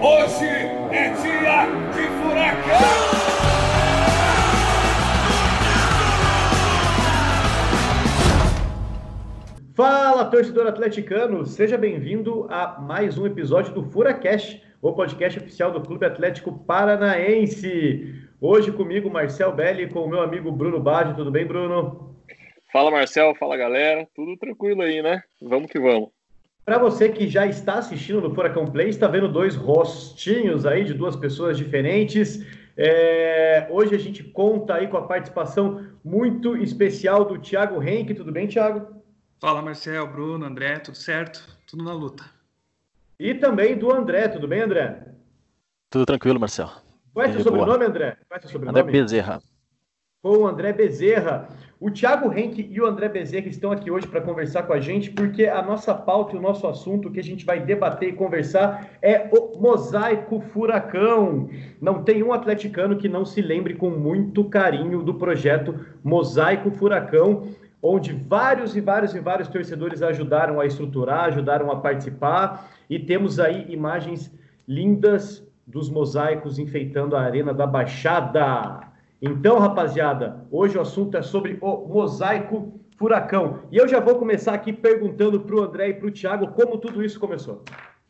Hoje é dia de furacão! Fala, torcedor atleticano! Seja bem-vindo a mais um episódio do FuraCast, o podcast oficial do Clube Atlético Paranaense. Hoje comigo, Marcel Belli, com o meu amigo Bruno Baggio. Tudo bem, Bruno? Fala, Marcel. Fala, galera. Tudo tranquilo aí, né? Vamos que vamos. Para você que já está assistindo no Furacão Play, está vendo dois rostinhos aí de duas pessoas diferentes. Hoje a gente conta aí com a participação muito especial do Thiago Henke. Tudo bem, Thiago? Fala, Marcel, Bruno, André, tudo certo? Tudo na luta. E também do André. Tudo bem, André? Tudo tranquilo, Marcel. Qual é o seu sobrenome, André? André Bezerra. Com o André Bezerra. O Thiago Henke e o André Bezerra estão aqui hoje para conversar com a gente, porque a nossa pauta e o nosso assunto que a gente vai debater e conversar é o Mosaico Furacão. Não tem um atleticano que não se lembre com muito carinho do projeto Mosaico Furacão, onde vários torcedores ajudaram a estruturar, ajudaram a participar, e temos aí imagens lindas dos mosaicos enfeitando a Arena da Baixada. Então, rapaziada, hoje o assunto é sobre o Mosaico Furacão. E eu já vou começar aqui perguntando para o André e para o Thiago como tudo isso começou.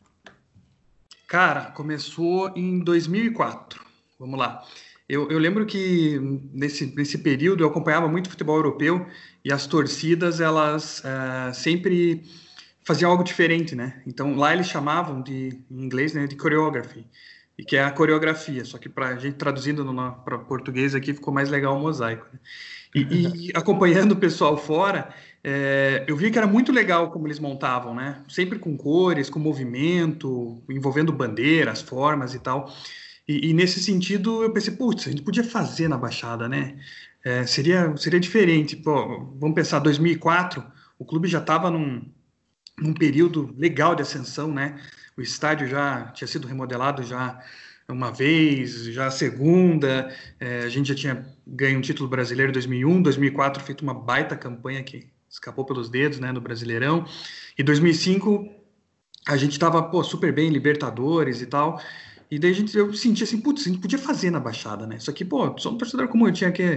Cara, começou em 2004. Vamos lá. Eu lembro que nesse período eu acompanhava muito futebol europeu e as torcidas, elas sempre faziam algo diferente, né? Então lá eles chamavam em inglês, né, de choreography, e que é a coreografia, só que para a gente traduzindo para português aqui ficou mais legal o mosaico, né? E acompanhando o pessoal fora, eu vi que era muito legal como eles montavam, né? Sempre com cores, com movimento, envolvendo bandeiras, formas e tal. E nesse sentido eu pensei, putz, a gente podia fazer na Baixada, né? Seria diferente. Pô, vamos pensar, 2004, o clube já estava num período legal de ascensão, né? O estádio já tinha sido remodelado já uma vez, já a segunda, a gente já tinha ganho um título brasileiro em 2001, 2004 feito uma baita campanha que escapou pelos dedos, né, no Brasileirão, e 2005 a gente estava super bem, Libertadores e tal. E daí eu senti assim, putz, a gente podia fazer na Baixada, né? Só que, sou um torcedor como eu tinha aqui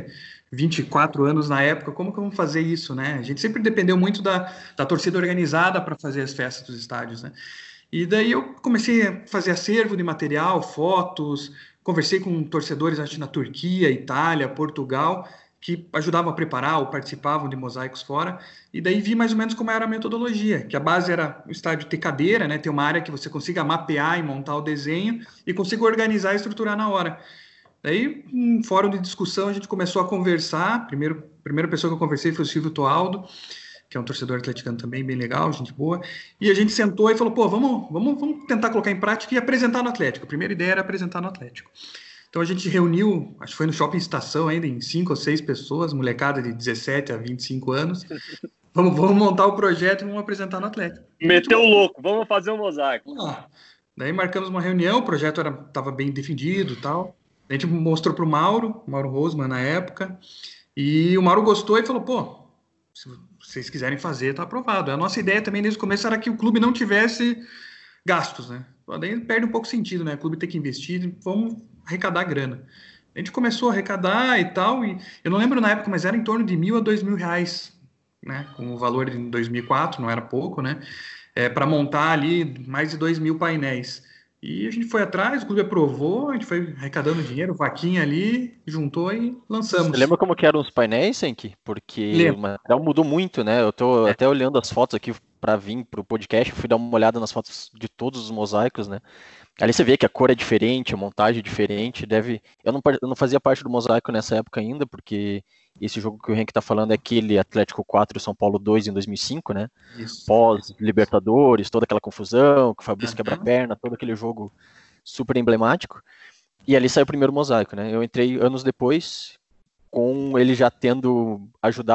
24 anos na época, como que vamos fazer isso, né? A gente sempre dependeu muito da torcida organizada para fazer as festas dos estádios, né? E daí eu comecei a fazer acervo de material, fotos, conversei com torcedores, acho, na Turquia, Itália, Portugal, que ajudavam a preparar ou participavam de mosaicos fora, e daí vi mais ou menos como era a metodologia, que a base era o estádio ter cadeira, né, ter uma área que você consiga mapear e montar o desenho, e consiga organizar e estruturar na hora. Daí, em fórum de discussão, a gente começou a conversar, primeira pessoa que eu conversei foi o Silvio Toaldo, que é um torcedor atleticano também, bem legal, gente boa, e a gente sentou e falou, vamos tentar colocar em prática e apresentar no Atlético. A primeira ideia era apresentar no Atlético. Então a gente reuniu, acho que foi no Shopping Estação ainda, em 5 ou 6 pessoas, molecada de 17 a 25 anos. Vamos montar o projeto e vamos apresentar no Atlético. Meteu o louco, vamos fazer um mosaico. Daí marcamos uma reunião, o projeto estava bem definido e tal. A gente mostrou para o Mauro Rosman na época, e o Mauro gostou e falou, se vocês quiserem fazer, tá aprovado. A nossa ideia também desde o começo era que o clube não tivesse gastos, né? Daí perde um pouco o sentido, né? O clube tem que investir, vamos arrecadar grana. A gente começou a arrecadar e tal, e eu não lembro na época, mas era em torno de R$1.000 a R$2.000, né? Com o valor de 2004, não era pouco, né? Para montar ali mais de 2.000 painéis. E a gente foi atrás, o clube aprovou, a gente foi arrecadando dinheiro, vaquinha ali, juntou e lançamos. Você lembra como que eram os painéis, Henke? Porque o material mudou muito, né? Eu tô até olhando as fotos aqui para vir pro podcast, fui dar uma olhada nas fotos de todos os mosaicos, né? Ali você vê que a cor é diferente, a montagem é diferente, eu não fazia parte do mosaico nessa época ainda, porque esse jogo que o Henke tá falando é aquele Atlético 4 e São Paulo 2 em 2005, né? Isso. Pós-Libertadores, toda aquela confusão, que o Fabrício quebra a perna, todo aquele jogo super emblemático. E ali saiu o primeiro mosaico, né? Eu entrei anos depois, com ele já tendo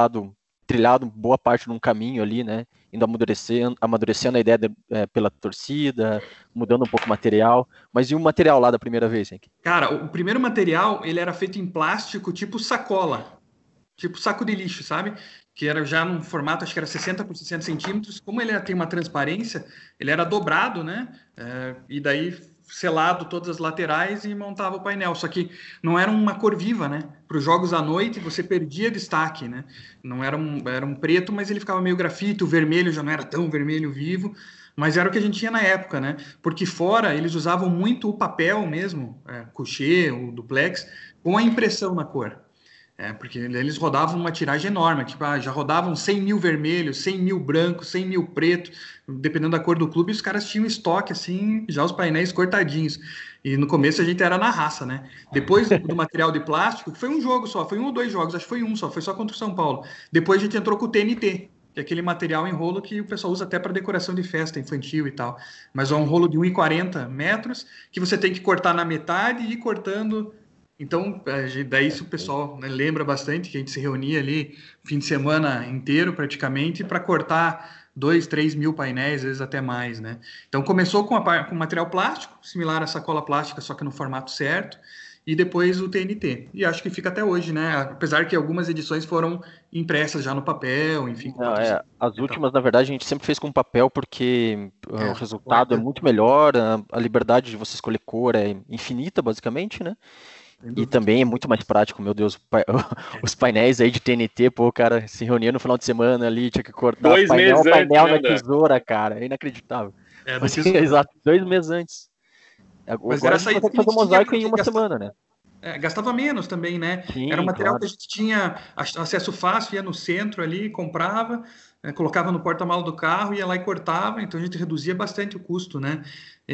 trilhado boa parte de um caminho ali, né? Indo amadurecendo a ideia pela torcida, mudando um pouco o material. Mas e o material lá da primeira vez, Henke? Cara, o primeiro material, ele era feito em plástico tipo sacola, tipo saco de lixo, sabe? Que era já num formato, acho que era 60 por 60 centímetros. Como ele tem uma transparência, ele era dobrado, né? E daí selado todas as laterais e montava o painel. Só que não era uma cor viva, né? Para os jogos à noite você perdia destaque, né? Não era um preto, mas ele ficava meio grafite, o vermelho já não era tão vermelho vivo, mas era o que a gente tinha na época, né? Porque fora eles usavam muito o papel mesmo, couché, o duplex, com a impressão na cor. Porque eles rodavam uma tiragem enorme, tipo, já rodavam 100 mil vermelhos, 100 mil brancos, 100 mil preto, dependendo da cor do clube, os caras tinham estoque, assim, já os painéis cortadinhos. E no começo a gente era na raça, né? Depois do material de plástico, que foi um jogo só, foi 1 ou 2 jogos, acho que foi um só, foi só contra o São Paulo. Depois a gente entrou com o TNT, que é aquele material em rolo que o pessoal usa até para decoração de festa infantil e tal. Mas é um rolo de 1,40 metros, que você tem que cortar na metade e ir cortando. Então, daí isso o pessoal, né, lembra bastante que a gente se reunia ali fim de semana inteiro praticamente para cortar 2, 3 mil painéis, às vezes até mais, né? Então começou com material plástico, similar à sacola plástica, só que no formato certo, e depois o TNT. E acho que fica até hoje, né? Apesar que algumas edições foram impressas já no papel, enfim. Não, as últimas, na verdade, a gente sempre fez com papel porque o resultado é muito melhor, a liberdade de você escolher cor é infinita, basicamente, né? E também é muito mais prático, meu Deus, os painéis aí de TNT, pô, o cara se reunia no final de semana ali, tinha que cortar 2 meses painel antes, na tesoura, cara, é inacreditável. Assim, exato, 2 meses antes. Mas agora era a gente consegue fazer um mosaico em uma semana, né? Gastava menos também, né? Sim, era um material claro. que a gente tinha acesso fácil, ia no centro ali, comprava, colocava no porta-malas do carro, ia lá e cortava, então a gente reduzia bastante o custo, né?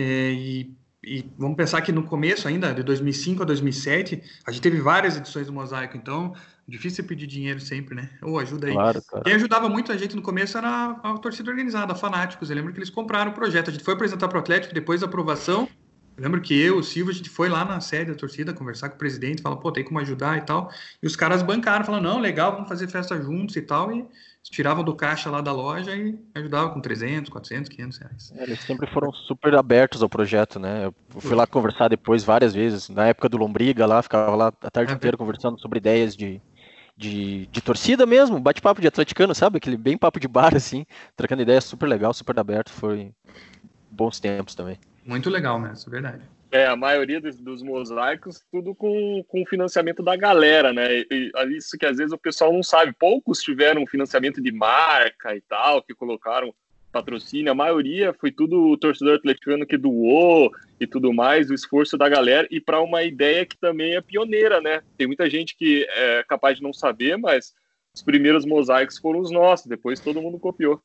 E vamos pensar que no começo ainda, de 2005 a 2007, a gente teve várias edições do Mosaico, então difícil pedir dinheiro sempre, né? Ou ajuda aí. Claro. Quem ajudava muito a gente no começo era a torcida organizada, a Fanáticos. Eu lembro que eles compraram o projeto. A gente foi apresentar para o Atlético depois da aprovação. Eu lembro que eu, o Silvio, a gente foi lá na sede da torcida conversar com o presidente, falar, pô, tem como ajudar e tal. E os caras bancaram, falaram, não, legal, vamos fazer festa juntos e tal. E tiravam do caixa lá da loja e ajudavam com 300, 400, 500 reais. Eles sempre foram super abertos ao projeto, né? Eu fui lá conversar depois várias vezes, na época do Lombriga lá, ficava lá a tarde inteira conversando sobre ideias de torcida mesmo, bate-papo de atleticano, sabe? Aquele bem papo de bar, assim, trocando ideias, super legal, super aberto, foi bons tempos também. Muito legal, né? Isso é verdade. A maioria dos mosaicos, tudo com financiamento da galera, né? E isso que às vezes o pessoal não sabe. Poucos tiveram financiamento de marca e tal, que colocaram patrocínio. A maioria foi tudo o torcedor atleticano que doou e tudo mais, o esforço da galera. E para uma ideia que também é pioneira, né? Tem muita gente que é capaz de não saber, mas os primeiros mosaicos foram os nossos. Depois todo mundo copiou.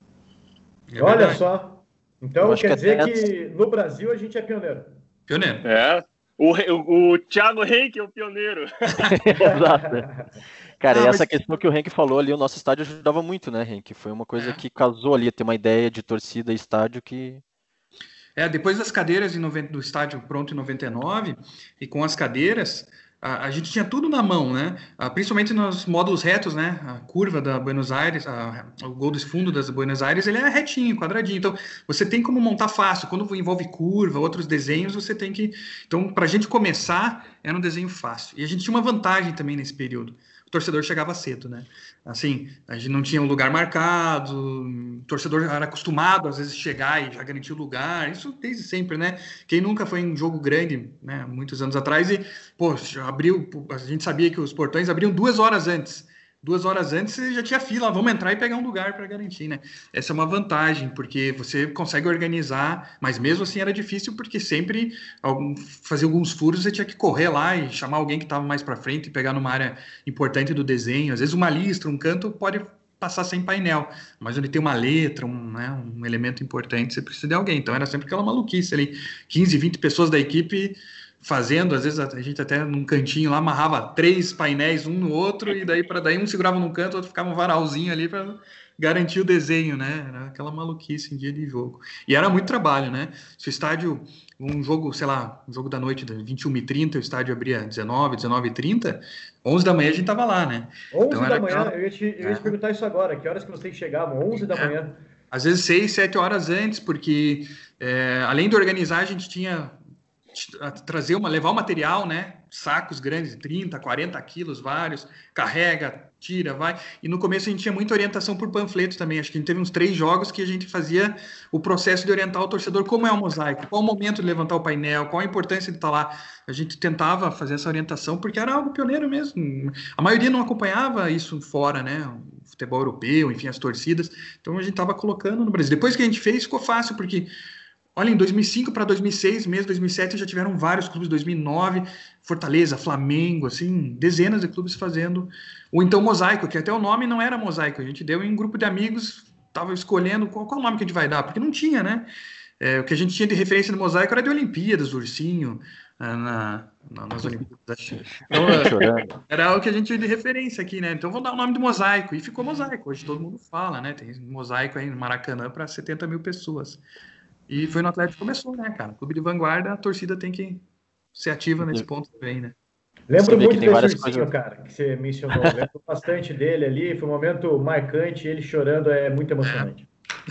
Olha só. Então quer dizer que no Brasil a gente é pioneiro. Pioneiro. O Thiago Henke é o pioneiro. Exato. Cara, e essa questão que o Henke falou ali, o nosso estádio ajudava muito, né, Henke? Foi uma coisa que casou ali, ter uma ideia de torcida e estádio que... Depois das cadeiras do estádio pronto em 99, e com as cadeiras, a gente tinha tudo na mão, né? Principalmente nos módulos retos, né? A curva da Buenos Aires, o gol do fundo das Buenos Aires, ele é retinho, quadradinho. Então, você tem como montar fácil. Quando envolve curva, outros desenhos, você tem que... Então, para a gente começar, era um desenho fácil. E a gente tinha uma vantagem também nesse período. O torcedor chegava cedo, né? Assim, a gente não tinha um lugar marcado, o torcedor era acostumado, às vezes, chegar e já garantir o lugar, isso desde sempre, né? Quem nunca foi em jogo grande, né, muitos anos atrás, e, pô, a gente sabia que os portões abriam 2 horas antes. 2 horas antes você já tinha fila, vamos entrar e pegar um lugar para garantir, né? Essa é uma vantagem, porque você consegue organizar, mas mesmo assim era difícil, porque sempre fazer alguns furos você tinha que correr lá e chamar alguém que estava mais para frente e pegar numa área importante do desenho. Às vezes uma listra, um canto pode passar sem painel, mas onde tem uma letra, um elemento importante, você precisa de alguém. Então era sempre aquela maluquice ali, 15, 20 pessoas da equipe fazendo, às vezes a gente até num cantinho lá amarrava 3 painéis um no outro, e daí um segurava num canto, o outro ficava um varalzinho ali para garantir o desenho, né? Era aquela maluquice em dia de jogo. E era muito trabalho, né? Se o estádio, um jogo, sei lá, um jogo da noite, 21h30, o estádio abria 19h30, 11 da manhã a gente tava lá, né? 11 então, da manhã, eu ia te perguntar isso agora, que horas que vocês chegavam? 11 da manhã? Às vezes 6, 7 horas antes, porque além de organizar, a gente tinha levar o material, né? Sacos grandes, 30, 40 quilos, vários, carrega, tira, vai. E no começo a gente tinha muita orientação por panfleto também. Acho que a gente teve uns 3 jogos que a gente fazia o processo de orientar o torcedor como é o mosaico, qual o momento de levantar o painel, qual a importância de estar lá. A gente tentava fazer essa orientação porque era algo pioneiro mesmo. A maioria não acompanhava isso fora, né? O futebol europeu, enfim, as torcidas. Então a gente estava colocando no Brasil. Depois que a gente fez, ficou fácil, porque olha, em 2005 para 2006, mesmo 2007, já tiveram vários clubes, 2009, Fortaleza, Flamengo, assim, dezenas de clubes fazendo. Ou então Mosaico, que até o nome não era Mosaico, a gente deu em um grupo de amigos, estava escolhendo qual o nome que a gente vai dar, porque não tinha, né? O que a gente tinha de referência no Mosaico era de Olimpíadas, Ursinho, nas Olimpíadas. Então, era o que a gente tinha de referência aqui, né? Então vou dar o nome do Mosaico, e ficou Mosaico. Hoje todo mundo fala, né? Tem Mosaico aí no Maracanã para 70 mil pessoas. E foi no Atlético que começou, né, cara? Clube de vanguarda, a torcida tem que ser ativa nesse ponto também, né? Lembro muito desse Ursinho, cara, que você mencionou. Lembro bastante dele ali, foi um momento marcante, ele chorando é muito emocionante.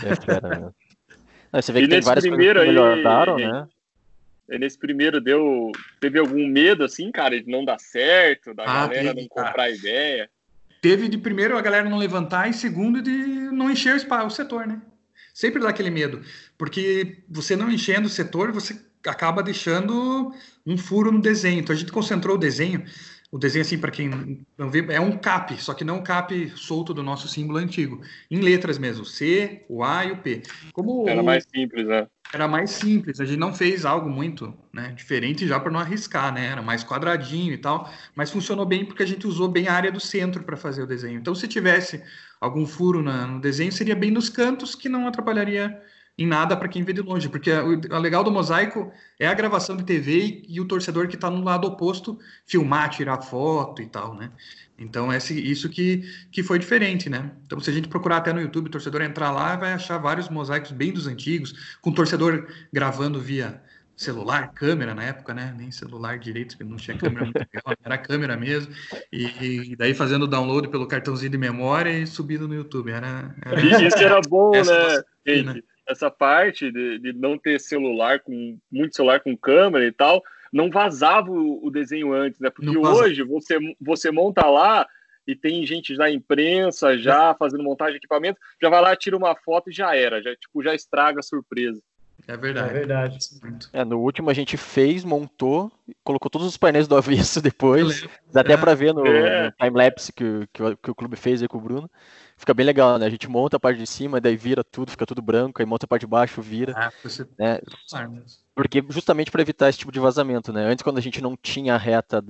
Você vê que tem várias coisas que melhoraram, né? E nesse primeiro teve algum medo, assim, cara, de não dar certo, da galera não comprar ideia? Teve de primeiro a galera não levantar e segundo de não encher o setor, né? Sempre dá aquele medo, porque você não enchendo o setor, você acaba deixando um furo no desenho. Então a gente concentrou o desenho assim, para quem não vê, é um cap, só que não um cap solto do nosso símbolo antigo, em letras mesmo, C, o A e o P. Era mais simples, né? Era mais simples, a gente não fez algo muito, né, diferente já para não arriscar, né? Era mais quadradinho e tal, mas funcionou bem porque a gente usou bem a área do centro para fazer o desenho. Então se tivesse algum furo no desenho, seria bem nos cantos, que não atrapalharia em nada para quem vê de longe, porque o legal do mosaico é a gravação de TV e o torcedor que está no lado oposto filmar, tirar foto e tal, né? Então isso que foi diferente, né? Então se a gente procurar até no YouTube, o torcedor entrar lá, vai achar vários mosaicos bem dos antigos, com o torcedor gravando via celular, câmera na época, né? Nem celular direito, porque não tinha câmera muito legal, era câmera mesmo. E daí fazendo download pelo cartãozinho de memória e subindo no YouTube. Isso era bom, né? Essa parte de não ter muito celular com câmera e tal, não vazava o desenho antes, né? Porque hoje você monta lá e tem gente da imprensa já fazendo montagem de equipamento, já vai lá, tira uma foto e já era, já estraga a surpresa. É verdade. É verdade. No último a gente montou, colocou todos os painéis do avesso depois. Dá até pra ver no time-lapse que o clube fez aí com o Bruno. Fica bem legal, né? A gente monta a parte de cima, daí vira tudo, fica tudo branco, aí monta a parte de baixo, vira. Né? Porque justamente para evitar esse tipo de vazamento, né? Antes, quando a gente não tinha a reta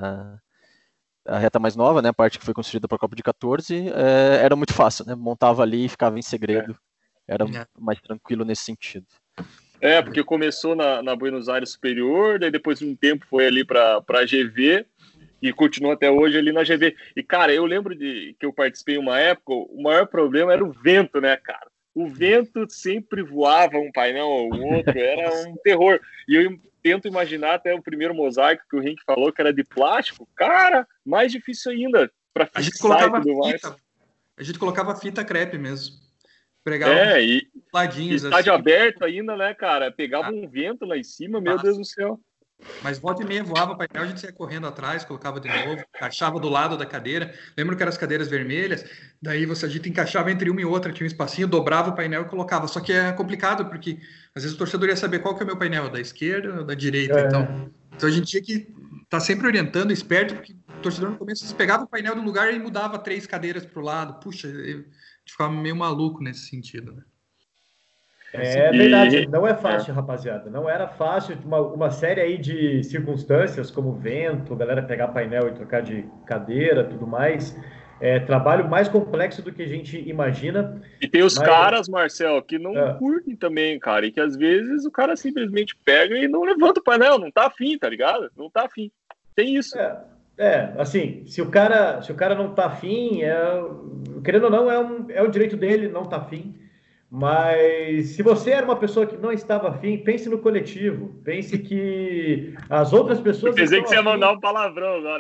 mais nova, né? A parte que foi construída para a Copa de 14, era muito fácil, né? Montava ali e ficava em segredo. Era mais tranquilo nesse sentido. Porque começou na Buenos Aires Superior, daí depois de um tempo foi ali para a GV e continua até hoje ali na GV. E, cara, eu lembro que eu participei uma época, o maior problema era o vento, né, cara? O vento sempre voava um painel ou outro, era um terror. E eu tento imaginar até o primeiro mosaico que o Henrique falou, que era de plástico. Cara, mais difícil ainda para fixar e tudo mais. A gente colocava fita crepe mesmo. Pregava e ladinhos, estádio aberto ainda, né, cara? Pegava um vento lá em cima, meu Deus do céu. Mas volta e meia voava o painel, a gente ia correndo atrás, colocava de novo, encaixava do lado da cadeira. Lembro que eram as cadeiras vermelhas, daí a gente encaixava entre uma e outra, tinha um espacinho, dobrava o painel e colocava. Só que é complicado, porque às vezes o torcedor ia saber qual que é o meu painel, da esquerda ou da direita. Então a gente tinha que estar sempre orientando, esperto, porque o torcedor no começo pegava o painel do lugar e mudava 3 cadeiras para o lado. Puxa, ficava meio maluco nesse sentido, né? É verdade, não é fácil, rapaziada. Não era fácil, uma série aí de circunstâncias, como vento, galera pegar painel e trocar de cadeira, tudo mais. Trabalho mais complexo do que a gente imagina. E tem os caras, Marcel, que não curtem também, cara, e que às vezes o cara simplesmente pega e não levanta o painel, não tá afim, tá ligado? Não tá afim. Tem isso. Assim, se o cara não tá afim, querendo ou não, é o direito dele não tá afim. Mas se você era uma pessoa que não estava afim, pense no coletivo. Pense que as outras pessoas. Eu pensei que você ia mandar um palavrão agora.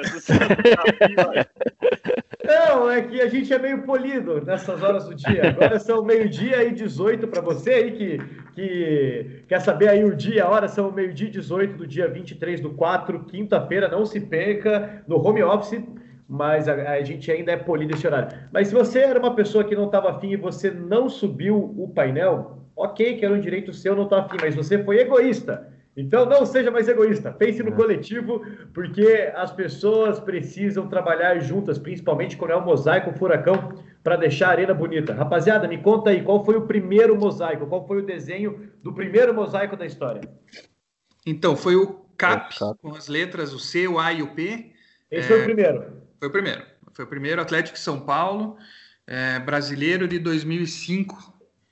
Não, é que a gente é meio polido nessas horas do dia. Agora são 12h18 para você aí que quer saber aí o dia, a hora, são 12h18 do dia 23/4, quinta-feira. Não se perca no home office. mas a gente ainda é polido esse horário. Mas se você era uma pessoa que não estava afim e você não subiu o painel, ok, que era um direito seu não estar afim, mas você foi egoísta. Então não seja mais egoísta, pense no coletivo, porque as pessoas precisam trabalhar juntas, principalmente quando é um mosaico, um furacão, para deixar a arena bonita. Rapaziada, me conta aí, qual foi o primeiro mosaico? Qual foi o desenho do primeiro mosaico da história? Então, foi o CAP, com as letras, o C, o A e o P. Esse foi o primeiro? Foi o primeiro. Foi o primeiro, Atlético de São Paulo, brasileiro de 2005.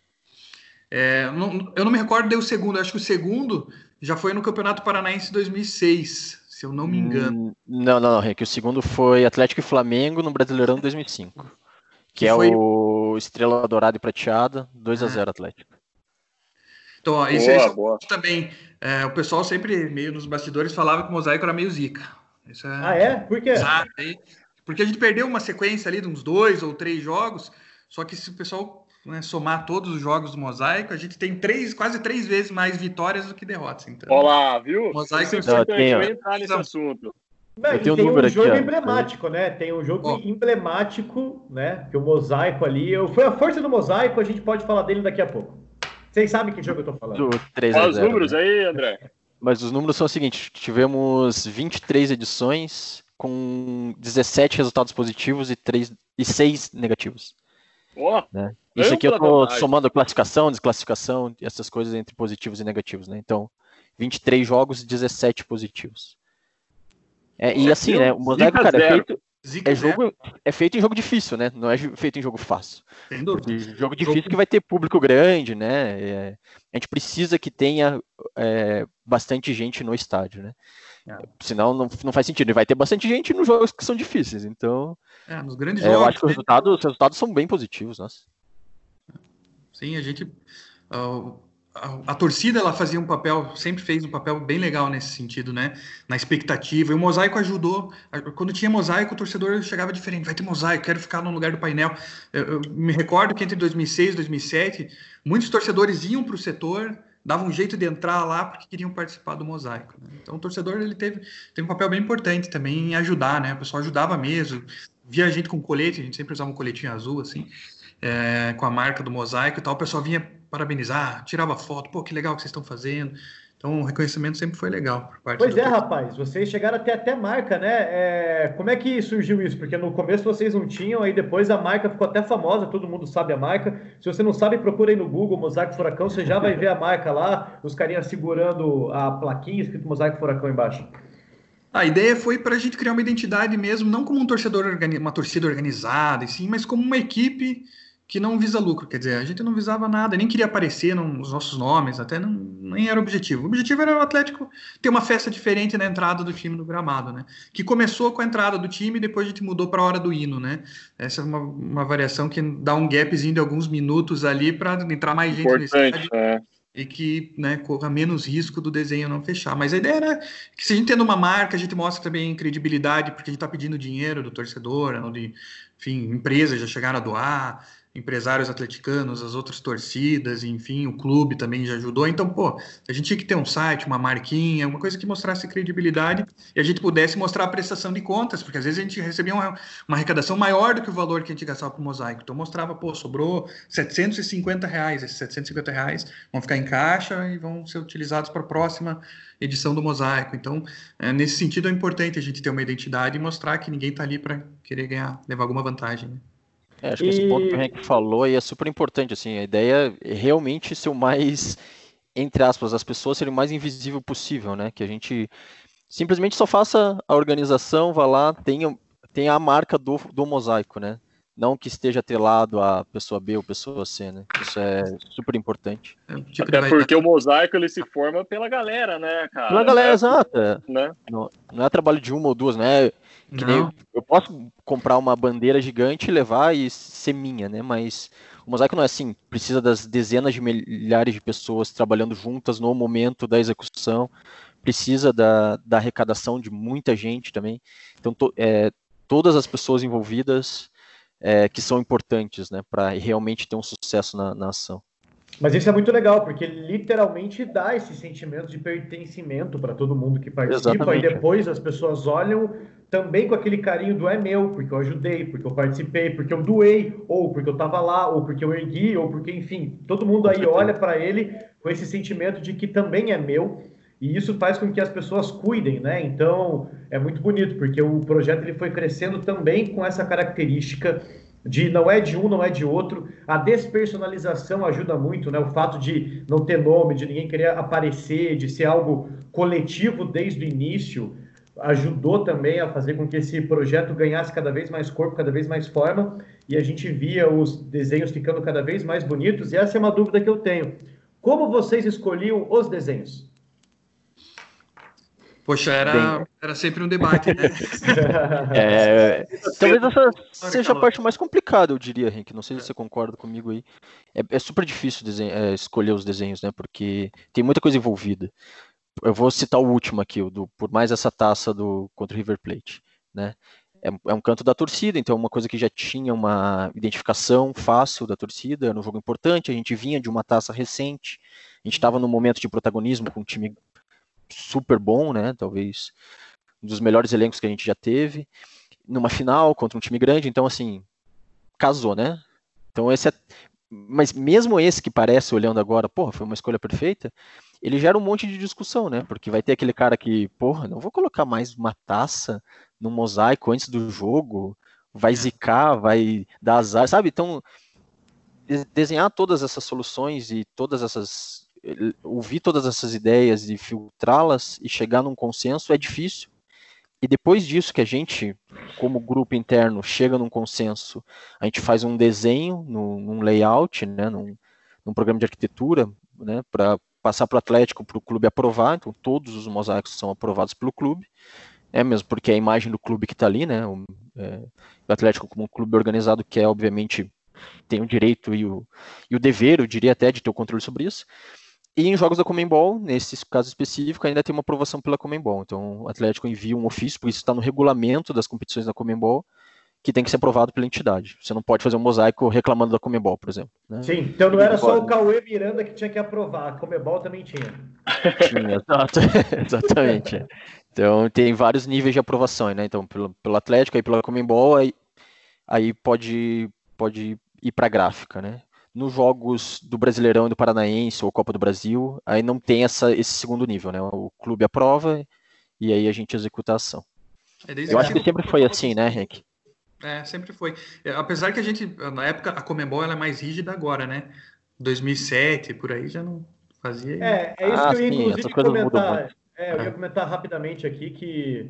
Eu não me recordo do segundo, acho que o segundo já foi no Campeonato Paranaense 2006, se eu não me engano. Não, Henrique, o segundo foi Atlético e Flamengo no Brasileirão 2005, que foi o Estrela Dourada e Prateada, 2-0 Atlético. Então, ó, isso é também, o pessoal sempre, meio nos bastidores, falava que o mosaico era meio zica. Isso Por quê? Porque a gente perdeu uma sequência ali de uns 2 ou 3 jogos, só que se o pessoal somar todos os jogos do mosaico, a gente tem quase 3 vezes mais vitórias do que derrotas. Então, olá, viu? Mosaico isso é importante, vai entrar nesse assunto. Tem um jogo emblemático, né? Tem um jogo emblemático, né? Que o mosaico ali, foi a força do mosaico, a gente pode falar dele daqui a pouco. Vocês sabem que jogo eu tô falando. Olha os números aí, André. Mas os números são os seguintes: tivemos 23 edições com 17 resultados positivos e 6 negativos. Né? Isso aqui eu tô somando classificação, desclassificação, essas coisas entre positivos e negativos, né? Então, 23 jogos e 17 positivos. E assim, né? O mosaico, cara, é feito em jogo difícil, né? Não é feito em jogo fácil. Jogo difícil que vai ter público grande, né? A gente precisa que tenha bastante gente no estádio, né? Senão não faz sentido. E vai ter bastante gente nos jogos que são difíceis. Então, nos grandes jogos, eu acho que os resultados são bem positivos, nossa. Sim, a gente... A torcida, ela sempre fez um papel bem legal nesse sentido, né? Na expectativa. E o mosaico ajudou. Quando tinha mosaico, o torcedor chegava diferente. Vai ter mosaico, quero ficar no lugar do painel. Eu me recordo que entre 2006 e 2007, muitos torcedores iam para o setor, davam um jeito de entrar lá porque queriam participar do mosaico. Né? Então, o torcedor ele teve um papel bem importante também em ajudar, né? O pessoal ajudava mesmo. Via a gente com colete, a gente sempre usava um coletinho azul, assim, com a marca do mosaico e tal. O pessoal vinha parabenizar, tirava foto, pô, que legal que vocês estão fazendo. Então, o reconhecimento sempre foi legal por parte rapaz, vocês chegaram a ter até marca, né? Como é que surgiu isso? Porque no começo vocês não tinham, aí depois a marca ficou até famosa, todo mundo sabe a marca. Se você não sabe, procura aí no Google, Mosaico Furacão, você já vai ver a marca lá, os carinhas segurando a plaquinha escrito Mosaico Furacão embaixo. A ideia foi para a gente criar uma identidade mesmo, não como uma torcida organizada, sim, mas como uma equipe que não visa lucro, quer dizer, a gente não visava nada, nem queria aparecer nos nossos nomes, até nem era o objetivo. O objetivo era o Atlético ter uma festa diferente na entrada do time no gramado, né? Que começou com a entrada do time e depois a gente mudou para a hora do hino, né? Essa é uma variação que dá um gapzinho de alguns minutos ali para entrar mais gente no estádio. E que, né, corra menos risco do desenho não fechar. Mas a ideia era que, se a gente tendo uma marca, a gente mostra também credibilidade, porque a gente está pedindo dinheiro do torcedor, onde, enfim, empresas já chegaram a doar, empresários atleticanos, as outras torcidas, enfim, o clube também já ajudou. Então, pô, a gente tinha que ter um site, uma marquinha, uma coisa que mostrasse credibilidade e a gente pudesse mostrar a prestação de contas, porque às vezes a gente recebia uma arrecadação maior do que o valor que a gente gastava para o mosaico. Então, mostrava, pô, sobrou R$750. Esses R$750 vão ficar em caixa e vão ser utilizados para a próxima edição do mosaico. Então, nesse sentido, é importante a gente ter uma identidade e mostrar que ninguém está ali para querer levar alguma vantagem, né? Acho que esse ponto que o Henrique falou aí é super importante, assim, a ideia é realmente ser o mais, entre aspas, as pessoas serem o mais invisível possível, né, que a gente simplesmente só faça a organização, vá lá, tenha a marca do mosaico, né, não que esteja atrelado a pessoa B ou pessoa C, né, isso é super importante. Até porque o mosaico, ele se forma pela galera, né, cara? Pela galera, exato, né? Não é trabalho de uma ou duas, né. Que nem eu posso comprar uma bandeira gigante, levar e ser minha, né? Mas o mosaico não é assim. Precisa das dezenas de milhares de pessoas trabalhando juntas no momento da execução. Precisa da arrecadação de muita gente também. Então, todas as pessoas envolvidas que são importantes, né? Para realmente ter um sucesso na ação. Mas isso é muito legal, porque ele literalmente dá esse sentimento de pertencimento para todo mundo que participa. Exatamente. E depois as pessoas olham também com aquele carinho do é meu, porque eu ajudei, porque eu participei, porque eu doei, ou porque eu estava lá, ou porque eu ergui, ou porque, enfim, todo mundo aí olha para ele com esse sentimento de que também é meu. E isso faz com que as pessoas cuidem, né? Então, é muito bonito, porque o projeto ele foi crescendo também com essa característica de não é de um, não é de outro. A despersonalização ajuda muito, né? O fato de não ter nome, de ninguém querer aparecer, de ser algo coletivo desde o início, ajudou também a fazer com que esse projeto ganhasse cada vez mais corpo, cada vez mais forma, e a gente via os desenhos ficando cada vez mais bonitos. E essa é uma dúvida que eu tenho. Como vocês escolhiam os desenhos? Poxa, era sempre um debate, né? Talvez essa seja a parte mais complicada, eu diria, Henrique. Não sei se você concorda comigo aí. É super difícil escolher os desenhos, né? Porque tem muita coisa envolvida. Eu vou citar o último aqui, por mais essa taça contra o River Plate, né? É um canto da torcida, então é uma coisa que já tinha uma identificação fácil da torcida, era um jogo importante, a gente vinha de uma taça recente, a gente estava num momento de protagonismo com um time super bom, né? Talvez um dos melhores elencos que a gente já teve, numa final contra um time grande, então assim, casou, né? Então mas mesmo esse que parece, olhando agora, porra, foi uma escolha perfeita, ele gera um monte de discussão, né? Porque vai ter aquele cara que, porra, não vou colocar mais uma taça no mosaico antes do jogo, vai zicar, vai dar azar, sabe? Então, desenhar todas essas soluções e ouvir todas essas ideias e filtrá-las e chegar num consenso é difícil. E depois disso que a gente, como grupo interno, chega num consenso, a gente faz um desenho num layout, né, num programa de arquitetura, né, para passar para o Atlético, para o clube aprovar. Então todos os mosaicos são aprovados pelo clube, mesmo porque é a imagem do clube que está ali, né, o Atlético como um clube organizado que obviamente tem o direito e o dever, eu diria até, de ter o controle sobre isso. E em jogos da Conmebol, nesse caso específico, ainda tem uma aprovação pela Conmebol. Então, o Atlético envia um ofício, por isso está no regulamento das competições da Conmebol, que tem que ser aprovado pela entidade. Você não pode fazer um mosaico reclamando da Conmebol, por exemplo. Né? Sim, então não era só o Cauê Miranda que tinha que aprovar, a Conmebol também tinha. Tinha, exatamente. Então, tem vários níveis de aprovação, né? Então, pelo Atlético, aí pela Conmebol, aí pode ir para a gráfica, né? Nos jogos do Brasileirão e do Paranaense ou Copa do Brasil, aí não tem esse segundo nível, né? O clube aprova e aí a gente executa a ação. Eu acho que sempre foi assim, né, Henrique? Sempre foi. Apesar que a gente, na época, a Conmebol ela é mais rígida agora, né? 2007, por aí já não fazia. É isso que eu ia, inclusive, comentar. Eu ia comentar rapidamente aqui que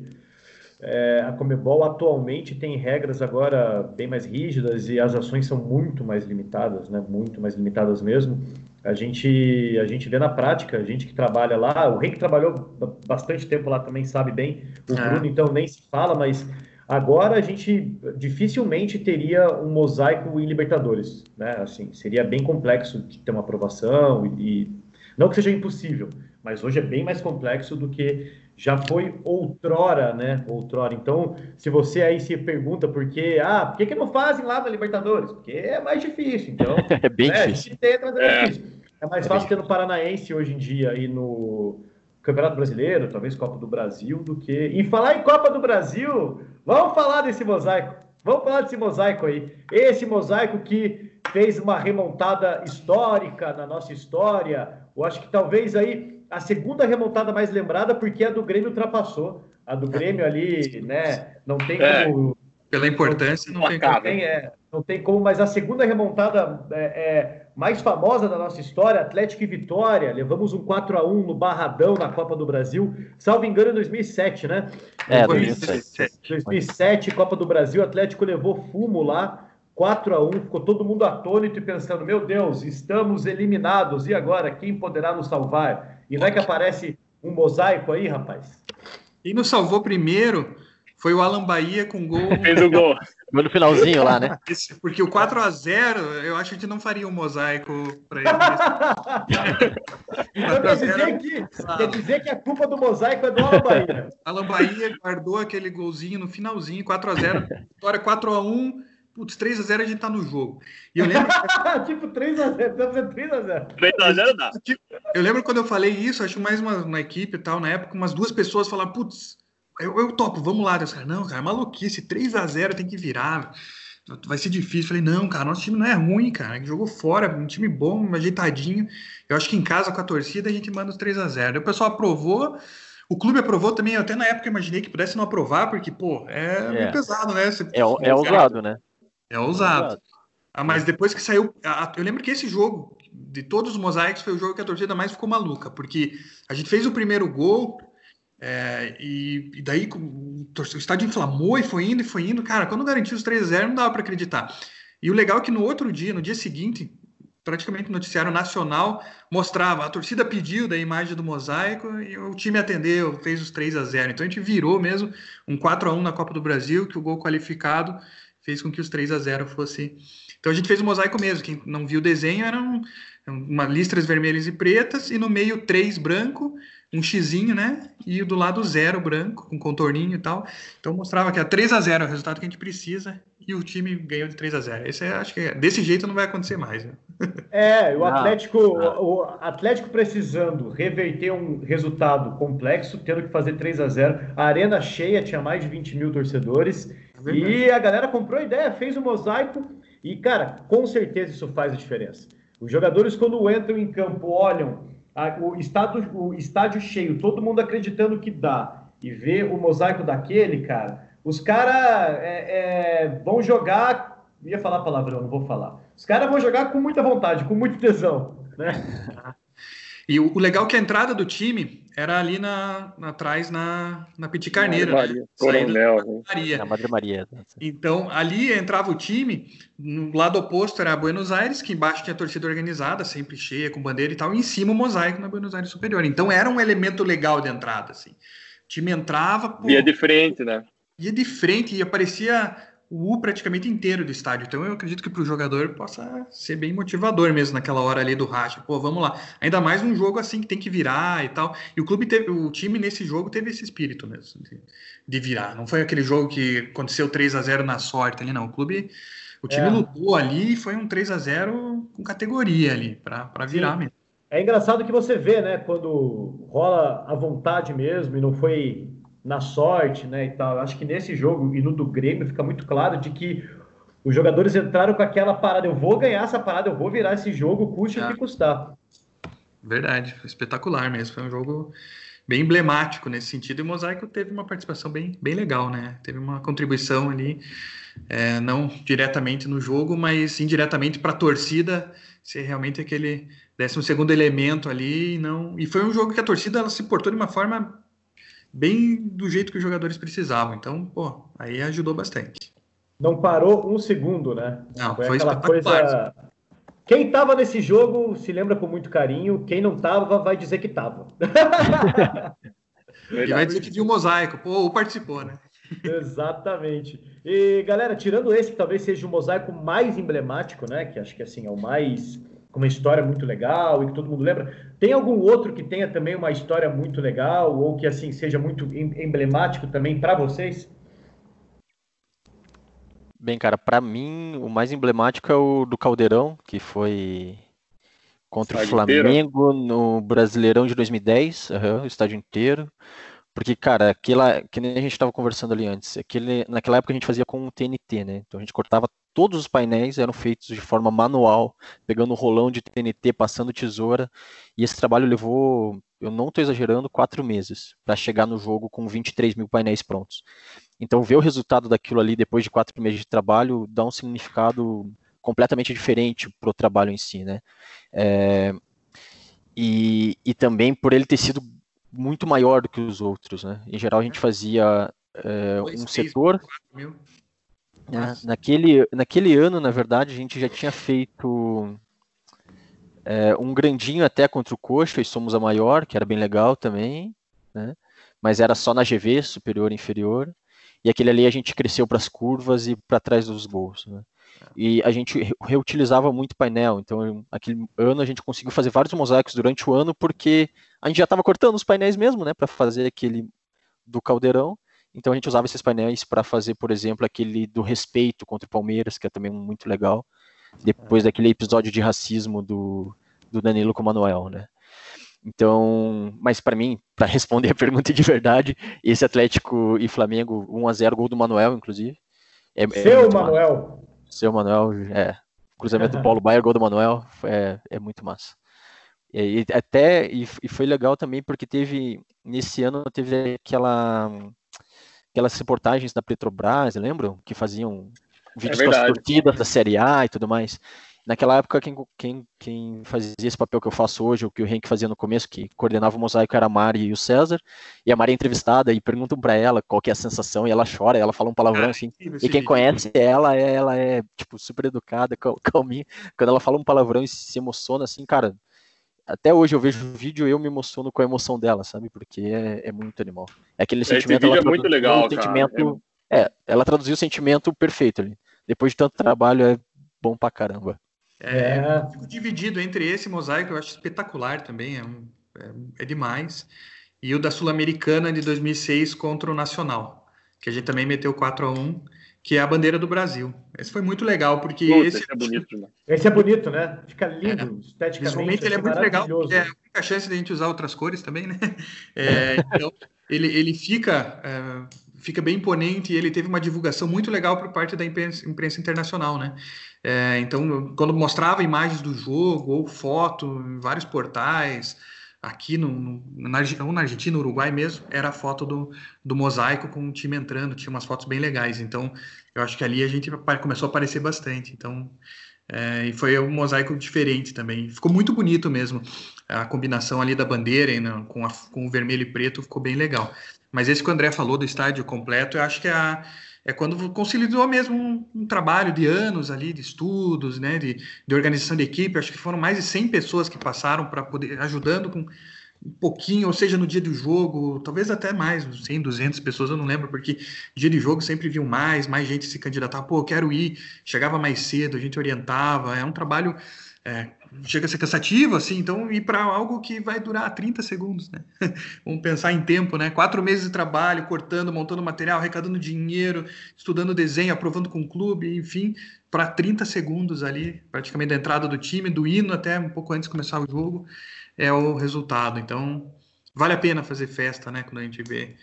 a Conmebol atualmente tem regras agora bem mais rígidas e as ações são muito mais limitadas, né? Muito mais limitadas mesmo. A gente vê na prática, a gente que trabalha lá, o Henrique trabalhou bastante tempo lá também, sabe bem, o Bruno então nem se fala, mas agora a gente dificilmente teria um mosaico em Libertadores, né? Assim, seria bem complexo de ter uma aprovação e não que seja impossível, mas hoje é bem mais complexo do que já foi outrora, né? Outrora. Então, se você aí se pergunta por que não fazem lá na Libertadores? Porque é mais difícil. Então, é bem difícil. A gente tenta, mas é difícil. É mais fácil ter no Paranaense hoje em dia e no Campeonato Brasileiro, talvez Copa do Brasil, do que... E falar em Copa do Brasil, vamos falar desse mosaico. Vamos falar desse mosaico aí. Esse mosaico que fez uma remontada histórica na nossa história. Eu acho que talvez aí a segunda remontada mais lembrada, porque a do Grêmio ultrapassou. A do Grêmio ali, né? Não tem como... Pela importância, não tem como, mas a segunda remontada mais famosa da nossa história, Atlético e Vitória, levamos um 4-1 no Barradão na Copa do Brasil, salvo engano em 2007, né? 2007, Copa do Brasil, Atlético levou fumo lá, 4-1, ficou todo mundo atônito e pensando, meu Deus, estamos eliminados, e agora, quem poderá nos salvar? E não é que aparece um mosaico aí, rapaz? E nos salvou primeiro foi o Alan Bahia com gol. Fez o gol. No finalzinho lá, né? Porque o 4-0, eu acho que a gente não faria um mosaico para ele. Então quer dizer que a culpa do mosaico é do Alan Bahia. Alan Bahia guardou aquele golzinho no finalzinho, 4-0. Vitória 4-1. putz, 3-0 a gente tá no jogo. E eu lembro... tipo, 3-0, estamos 3-0. 3-0 dá. Eu lembro quando eu falei isso, acho mais uma equipe e tal, na época, umas 2 pessoas falaram, putz, eu topo, vamos lá. Eu falei, não, cara, maluquice, 3-0 tem que virar, vai ser difícil. Eu falei, não, cara, nosso time não é ruim, cara, jogou fora, um time bom, ajeitadinho. Eu acho que em casa com a torcida a gente manda os 3-0. O pessoal aprovou, o clube aprovou também, eu até na época imaginei que pudesse não aprovar, porque, pô, meio pesado, né? É ousado, né? É ousado. Mas depois que saiu, eu lembro que esse jogo, de todos os mosaicos, foi o jogo que a torcida mais ficou maluca, porque a gente fez o primeiro gol, e daí o estádio inflamou e foi indo. Cara, quando garantiu os 3-0, não dava para acreditar. E o legal é que no outro dia, no dia seguinte, praticamente o noticiário nacional mostrava, a torcida pediu da imagem do mosaico e o time atendeu, fez os 3-0. Então a gente virou mesmo um 4-1 na Copa do Brasil, que o gol qualificado fez com que os 3-0 fosse... Então a gente fez o mosaico mesmo. Quem não viu o desenho eram uma listras vermelhas e pretas e no meio 3 branco, um xizinho, né? E do lado 0 branco, com contorninho e tal. Então mostrava que é 3-0 é o resultado que a gente precisa e o time ganhou de 3-0. Esse acho que desse jeito não vai acontecer mais, né? O Atlético precisando reverter um resultado complexo, tendo que fazer 3-0. A arena cheia, tinha mais de 20 mil torcedores. E a galera comprou a ideia, fez o mosaico. E, cara, com certeza isso faz a diferença. Os jogadores, quando entram em campo, olham o estádio cheio, todo mundo acreditando que dá, e vê o mosaico daquele, cara, os caras vão jogar... Ia falar palavrão, não vou falar. Os caras vão jogar com muita vontade, com muito tesão, né? E o legal é que a entrada do time era ali atrás na Petit Carneiro, né? Coronel, na Madre Maria. Então, ali entrava o time, no lado oposto era Buenos Aires, que embaixo tinha a torcida organizada, sempre cheia, com bandeira e tal, e em cima o mosaico na Buenos Aires Superior. Então, era um elemento legal de entrada, assim. O time entrava... Pô, ia de frente, né? Ia de frente e aparecia o U praticamente inteiro do estádio. Então eu acredito que para o jogador possa ser bem motivador mesmo naquela hora ali do racha. Pô, vamos lá. Ainda mais um jogo assim que tem que virar e tal. E o time nesse jogo teve esse espírito mesmo de virar. Não foi aquele jogo que aconteceu 3-0 na sorte ali, não. O time lutou ali e foi um 3-0 com categoria ali para virar mesmo. É engraçado que você vê, né, quando rola a vontade mesmo e não foi na sorte, né, e tal. Eu acho que nesse jogo e no do Grêmio fica muito claro de que os jogadores entraram com aquela parada, eu vou ganhar essa parada, eu vou virar esse jogo, custe o que custar. Verdade, foi espetacular mesmo, foi um jogo bem emblemático nesse sentido, e o Mosaico teve uma participação bem legal, né, teve uma contribuição ali, não diretamente no jogo, mas indiretamente para a torcida ser realmente aquele 12º elemento ali, e foi um jogo que a torcida ela se portou de uma forma bem do jeito que os jogadores precisavam. Então, pô, aí ajudou bastante. Não parou um segundo, né? Não, foi aquela coisa... Quem estava nesse jogo se lembra com muito carinho. Quem não estava vai dizer que estava. E vai dizer que viu o mosaico. Pô, ou participou, né? Exatamente. E, galera, tirando esse, que talvez seja o mosaico mais emblemático, né? Que acho que, assim, é o mais... com uma história muito legal e que todo mundo lembra. Tem algum outro que tenha também uma história muito legal ou que assim seja muito emblemático também para vocês? Bem, cara, para mim o mais emblemático é o do Caldeirão, que foi contra o Flamengo no Brasileirão de 2010, o estádio inteiro. Porque, cara, que nem a gente estava conversando ali antes, naquela época a gente fazia com o TNT, né? Então a gente cortava todos os painéis, eram feitos de forma manual, pegando um rolão de TNT, passando tesoura, e esse trabalho levou, eu não estou exagerando, 4 meses, para chegar no jogo com 23 mil painéis prontos. Então ver o resultado daquilo ali depois de 4 meses de trabalho dá um significado completamente diferente para o trabalho em si, né? E também por ele ter sido muito maior do que os outros, né? Em geral a gente fazia um setor. Naquele ano, na verdade, a gente já tinha feito um grandinho até contra o Coxa e Somos a Maior, que era bem legal também, né? Mas era só na GV, superior e inferior. E aquele ali a gente cresceu para as curvas e para trás dos gols, né? E a gente reutilizava muito painel, então aquele ano a gente conseguiu fazer vários mosaicos durante o ano, porque a gente já estava cortando os painéis mesmo, né, para fazer aquele do Caldeirão, Então a gente usava esses painéis para fazer, por exemplo, aquele do respeito contra o Palmeiras, que é também muito legal, depois daquele episódio de racismo do Danilo com o Manuel, né? Então, mas para mim, para responder a pergunta de verdade, esse Atlético e Flamengo 1-0, gol do Manuel, inclusive. Seu Manuel. Seu Manuel, cruzamento do Paulo Baier, gol do Manuel, é muito massa. E foi legal também porque nesse ano teve aquelas reportagens da Petrobras, lembram? Que faziam vídeos com as torcidas da Série A e tudo mais. Naquela época, quem fazia esse papel que eu faço hoje, o que o Henk fazia no começo, que coordenava o mosaico, era a Mari e o César, e a Mari é entrevistada e perguntam pra ela qual que é a sensação, e ela chora, ela fala um palavrão assim, e quem conhece ela é tipo, super educada, calminha, quando ela fala um palavrão e se emociona assim, cara, até hoje eu vejo o vídeo e eu me emociono com a emoção dela, sabe, porque é muito animal. É aquele sentimento, esse vídeo é muito legal, cara. Ela traduziu o sentimento perfeito ali, depois de tanto trabalho, é bom pra caramba. Fico dividido entre esse mosaico, eu acho espetacular também, é demais, e o da Sul-Americana de 2006 contra o Nacional, que a gente também meteu 4-1, que é a bandeira do Brasil. Esse foi muito legal, porque esse é bonito demais. Esse é bonito, né? Fica lindo, esteticamente. Visualmente ele é muito legal, porque é a única chance de a gente usar outras cores também, né? Então, ele fica bem imponente e ele teve uma divulgação muito legal por parte da imprensa internacional, né? Então, quando mostrava imagens do jogo ou foto em vários portais, aqui na Argentina, no Uruguai mesmo, era a foto do mosaico com o time entrando, tinha umas fotos bem legais. Então, eu acho que ali a gente começou a aparecer bastante. Então, e foi um mosaico diferente também. Ficou muito bonito mesmo. A combinação ali da bandeira com o vermelho e preto ficou bem legal. Mas esse que o André falou do estádio completo, eu acho que é quando consolidou mesmo um trabalho de anos ali, de estudos, né, de organização de equipe. Acho que foram mais de 100 pessoas que passaram para poder, ajudando com um pouquinho, ou seja, no dia do jogo, talvez até mais, 100, 200 pessoas, eu não lembro, porque dia de jogo sempre viu mais gente se candidatar, pô, eu quero ir, chegava mais cedo, a gente orientava, é um trabalho, chega a ser cansativo, assim, então ir para algo que vai durar 30 segundos, né? Vamos pensar em tempo, né? 4 meses de trabalho, cortando, montando material, arrecadando dinheiro, estudando desenho, aprovando com o clube, enfim, para 30 segundos ali, praticamente da entrada do time, do hino até um pouco antes de começar o jogo, é o resultado. Então, vale a pena fazer festa, né? Quando a gente vê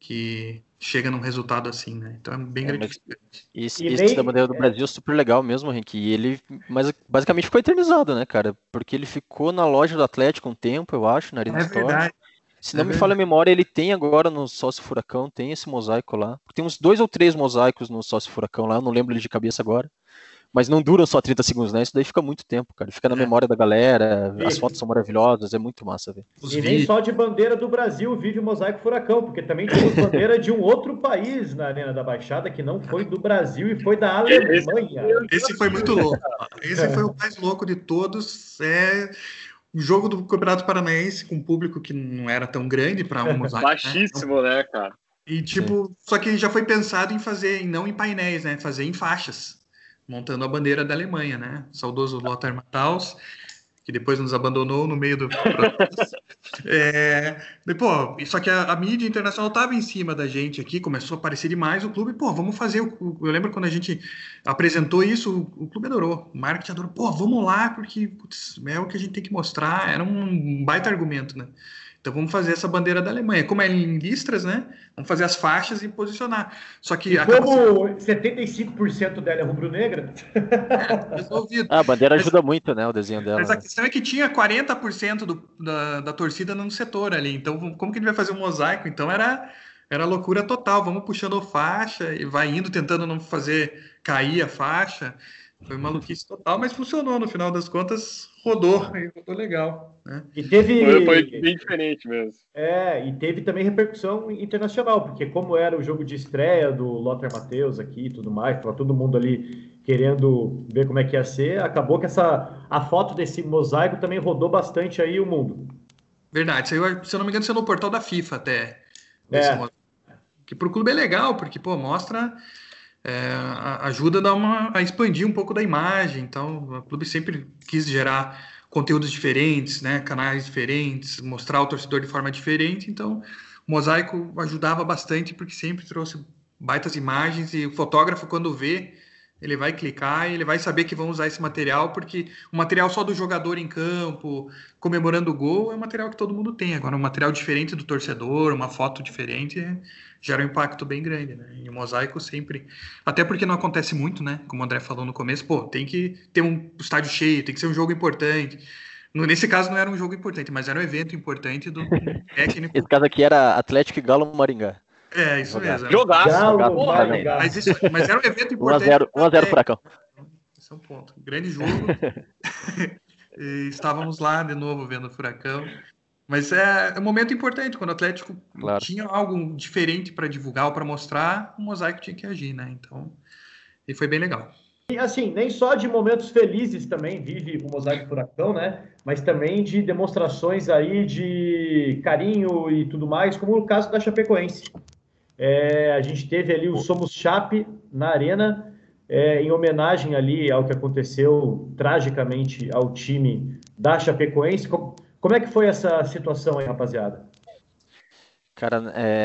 que chega num resultado assim, né? Então é bem gratificante. Esse da bandeira do Brasil é super legal mesmo, Henrique. E ele basicamente ficou eternizado, né, cara? Porque ele ficou na loja do Atlético um tempo, eu acho, na Arena Store. Verdade. Se não me falha a memória, ele tem agora no Sócio Furacão, tem esse mosaico lá. Tem uns 2 ou 3 mosaicos no Sócio Furacão lá, eu não lembro ele de cabeça agora. Mas não duram só 30 segundos, né? Isso daí fica muito tempo, cara. Fica na memória da galera, as fotos são maravilhosas, é muito massa, velho. E nem só de bandeira do Brasil vive o Mosaico Furacão, porque também temos bandeira de um outro país na Arena da Baixada, que não foi do Brasil e foi da Alemanha. Esse foi muito louco. Esse foi o mais louco de todos. O jogo do Campeonato Paranaense com um público que não era tão grande para um mosaico. Baixíssimo, né, cara? E só que já foi pensado em fazer, não em painéis, né? Fazer em faixas, montando a bandeira da Alemanha, né? Saudoso Lothar Matthaus, que depois nos abandonou no meio do processo. Só que a mídia internacional estava em cima da gente aqui, começou a aparecer demais o clube, vamos fazer. Eu lembro quando a gente apresentou isso, o clube adorou, o marketing adorou, vamos lá, porque é o que a gente tem que mostrar, era um baita argumento, né? Então vamos fazer essa bandeira da Alemanha. Como é em listras, né? Vamos fazer as faixas e posicionar. Só que como 75% dela é rubro-negra. Resolvido. A bandeira ajuda muito, né? O desenho dela. Mas a questão é que tinha 40% da torcida no setor ali. Então, como que a gente vai fazer um mosaico? Então era loucura total. Vamos puxando faixa e vai indo, tentando não fazer cair a faixa. Foi maluquice total, mas funcionou no final das contas, rodou legal, né? E foi bem diferente mesmo. E teve também repercussão internacional, porque como era o jogo de estreia do Lothar Matthaus aqui e tudo mais, estava todo mundo ali querendo ver como é que ia ser, acabou que a foto desse mosaico também rodou bastante aí o mundo. Verdade, se eu não me engano, saiu no portal da FIFA até. Que pro clube é legal, porque, mostra... ajuda a expandir um pouco da imagem. Então o clube sempre quis gerar conteúdos diferentes, né, canais diferentes, mostrar o torcedor de forma diferente. Então o o mosaico ajudava bastante porque sempre trouxe baitas imagens e o fotógrafo, quando vê, ele vai clicar e ele vai saber que vão usar esse material, porque o material só do jogador em campo, comemorando o gol, é um material que todo mundo tem. Agora, um material diferente do torcedor, uma foto diferente, gera um impacto bem grande, né? E o mosaico sempre... Até porque não acontece muito, né? Como o André falou no começo, tem que ter um estádio cheio, tem que ser um jogo importante. Nesse caso não era um jogo importante, mas era um evento importante do técnico. Esse caso aqui era Atlético e Galo Maringá. Isso mesmo. Jogaço. Mas era um evento importante. 1x0 Furacão. Esse é um ponto. Grande jogo. E estávamos lá de novo vendo o Furacão. Mas é um momento importante. Quando o Atlético tinha algo diferente para divulgar ou para mostrar, o mosaico tinha que agir, né? Então, e foi bem legal. E assim, nem só de momentos felizes também vive o Mosaico Furacão, né? Mas também de demonstrações aí de carinho e tudo mais, como no caso da Chapecoense. A gente teve ali o Somos Chape na arena, em homenagem ali ao que aconteceu tragicamente ao time da Chapecoense. Como é que foi essa situação aí, rapaziada? Cara,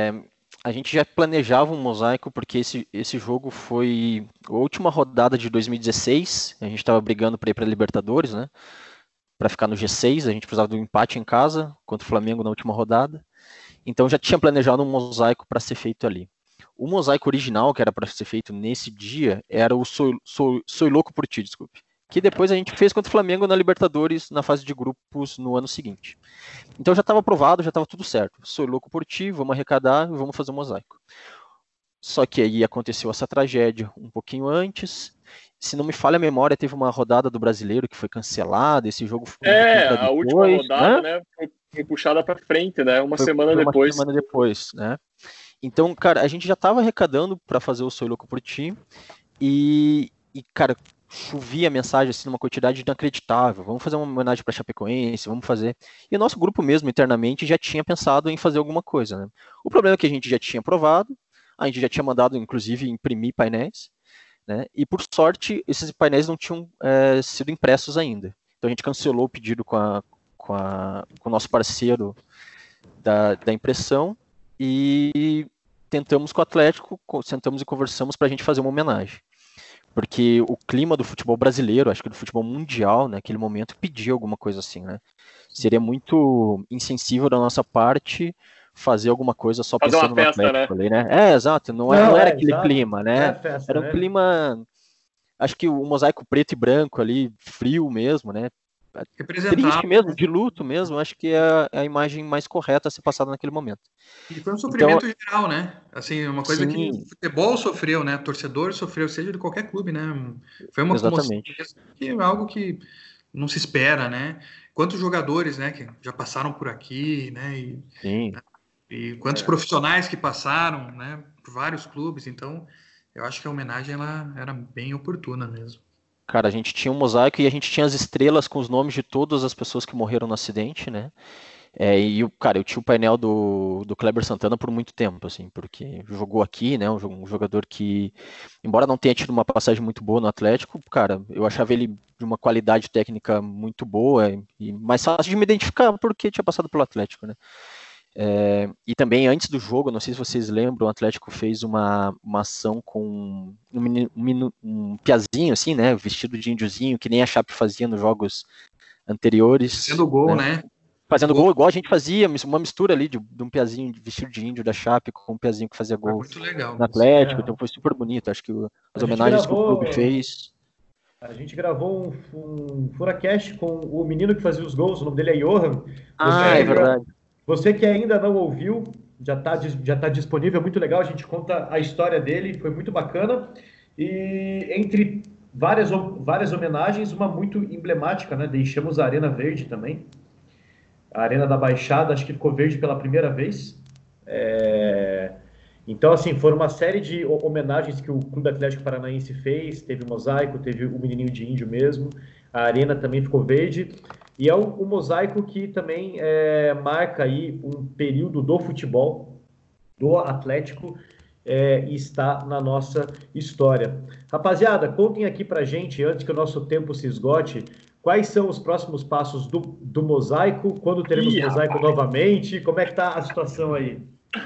a gente já planejava um mosaico porque esse jogo foi a última rodada de 2016. A gente estava brigando para ir para a Libertadores, né? Para ficar no G6. A gente precisava de um empate em casa contra o Flamengo na última rodada. Então já tinha planejado um mosaico para ser feito ali. O mosaico original, que era para ser feito nesse dia, era o Soy Louco por Ti, desculpe. Que depois a gente fez contra o Flamengo na Libertadores, na fase de grupos, no ano seguinte. Então já estava aprovado, já estava tudo certo. Soy Louco por Ti, vamos arrecadar e vamos fazer um mosaico. Só que aí aconteceu essa tragédia um pouquinho antes. Se não me falha a memória, teve uma rodada do Brasileiro que foi cancelada, esse jogo foi a última rodada, né? Foi puxada para frente, né? Uma semana depois, né? Então, cara, a gente já estava arrecadando para fazer o Soy Louco por Ti e, cara, chovia a mensagem assim numa quantidade inacreditável. Vamos fazer uma homenagem para Chapecoense, vamos fazer. E o nosso grupo mesmo internamente já tinha pensado em fazer alguma coisa, né? O problema é que a gente já tinha aprovado, a gente já tinha mandado inclusive imprimir painéis, né? E por sorte esses painéis não tinham sido impressos ainda. Então a gente cancelou o pedido com o nosso parceiro da impressão e tentamos com o Atlético, sentamos e conversamos para a gente fazer uma homenagem. Porque o clima do futebol brasileiro, acho que do futebol mundial, naquele momento, pedia alguma coisa assim, né? Seria muito insensível da nossa parte fazer alguma coisa só pensando no Atlético, né? Ali, né? Exato, não era aquele exato. Clima, né? Festa, era um clima, acho que o mosaico preto e branco ali, frio mesmo, né? Triste mesmo, de luto mesmo, acho que é a imagem mais correta a ser passada naquele momento. E foi um sofrimento geral, né? Assim, uma coisa que o futebol sofreu, né? O torcedor sofreu, seja de qualquer clube, né? Foi uma comoção que é algo que não se espera, né? Quantos jogadores, né, que já passaram por aqui, né? E quantos profissionais que passaram, né, por vários clubes. Então, eu acho que a homenagem ela era bem oportuna mesmo. Cara, a gente tinha um mosaico e a gente tinha as estrelas com os nomes de todas as pessoas que morreram no acidente, né? Cara, eu tinha o painel do Kleber Santana por muito tempo, assim, porque jogou aqui, né? Um jogador que, embora não tenha tido uma passagem muito boa no Atlético, cara, eu achava ele de uma qualidade técnica muito boa e mais fácil de me identificar porque tinha passado pelo Atlético, né? E também antes do jogo, não sei se vocês lembram, o Atlético fez uma ação com um piazinho assim, né, vestido de índiozinho, que nem a Chape fazia nos jogos anteriores. Fazendo gol, né? Fazendo gol igual a gente fazia, uma mistura ali de um piazinho vestido de índio da Chape com um piazinho que fazia gol muito legal, no Atlético, então foi super bonito, acho que as homenagens que o clube fez. A gente gravou um Furacast com o menino que fazia os gols, o nome dele é Johan. É verdade. Você que ainda não ouviu, já tá disponível, é muito legal, a gente conta a história dele, foi muito bacana. E entre várias homenagens, uma muito emblemática, né? Deixamos a Arena Verde também. A Arena da Baixada, acho que ficou verde pela primeira vez. Então, assim, foram uma série de homenagens que o Clube Atlético Paranaense fez. Teve o mosaico, teve o menininho de índio mesmo. A arena também ficou verde. E é o mosaico que também marca aí um período do futebol, do Atlético, e está na nossa história. Rapaziada, contem aqui pra gente, antes que o nosso tempo se esgote, quais são os próximos passos do mosaico, quando teremos mosaico novamente, como é que tá a situação aí?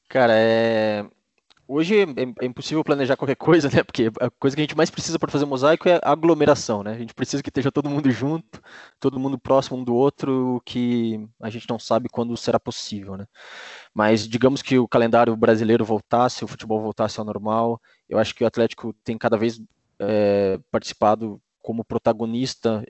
Cara, hoje é impossível planejar qualquer coisa, né? Porque a coisa que a gente mais precisa para fazer mosaico é aglomeração, né? A gente precisa que esteja todo mundo junto, todo mundo próximo um do outro, o que a gente não sabe quando será possível, né? Mas digamos que o calendário brasileiro voltasse, o futebol voltasse ao normal, eu acho que o Atlético tem cada vez participado como protagonista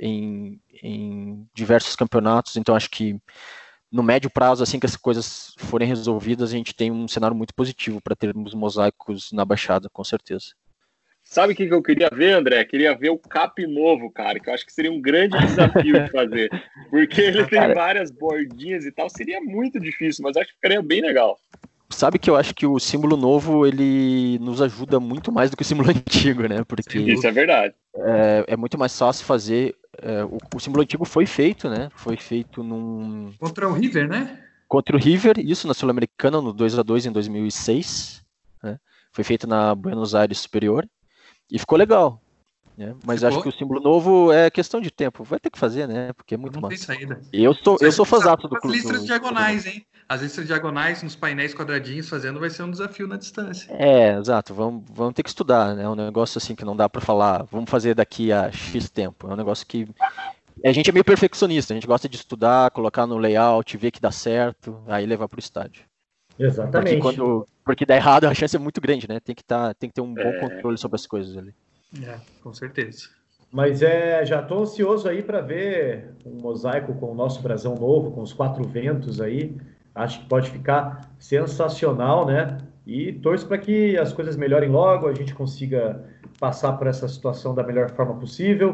em diversos campeonatos, então acho que no médio prazo, assim que as coisas forem resolvidas, a gente tem um cenário muito positivo para termos mosaicos na Baixada, com certeza. Sabe o que eu queria ver, André? Queria ver o CAP novo, cara, que eu acho que seria um grande desafio de fazer. Porque ele tem várias bordinhas e tal, seria muito difícil, mas acho que ficaria bem legal. Sabe que eu acho que o símbolo novo, ele nos ajuda muito mais do que o símbolo antigo, né? Porque isso é verdade. É muito mais fácil fazer. O símbolo antigo foi feito, né? Foi feito contra o River, né? Contra o River, isso na Sul-Americana, no 2-2 em 2006. Né? Foi feito na Buenos Aires Superior. E ficou legal. Né? Mas acho que o símbolo novo é questão de tempo. Vai ter que fazer, né? Porque é muito massa. Não tem saída. Eu sou fãzato do clube. As listras diagonais, hein? As listras diagonais nos painéis quadradinhos fazendo vai ser um desafio na distância. Exato. Vamos ter que estudar, né? É um negócio assim que não dá para falar, vamos fazer daqui a X tempo. É um negócio que a gente é meio perfeccionista, a gente gosta de estudar, colocar no layout, ver que dá certo, aí levar para o estádio. Exatamente. Porque dá errado, a chance é muito grande, né? Tem que ter um bom controle sobre as coisas ali. Com certeza. Mas já estou ansioso aí para ver um mosaico com o nosso brasão novo, com os 4 ventos aí. Acho que pode ficar sensacional, né? E torço para que as coisas melhorem logo, a gente consiga passar por essa situação da melhor forma possível,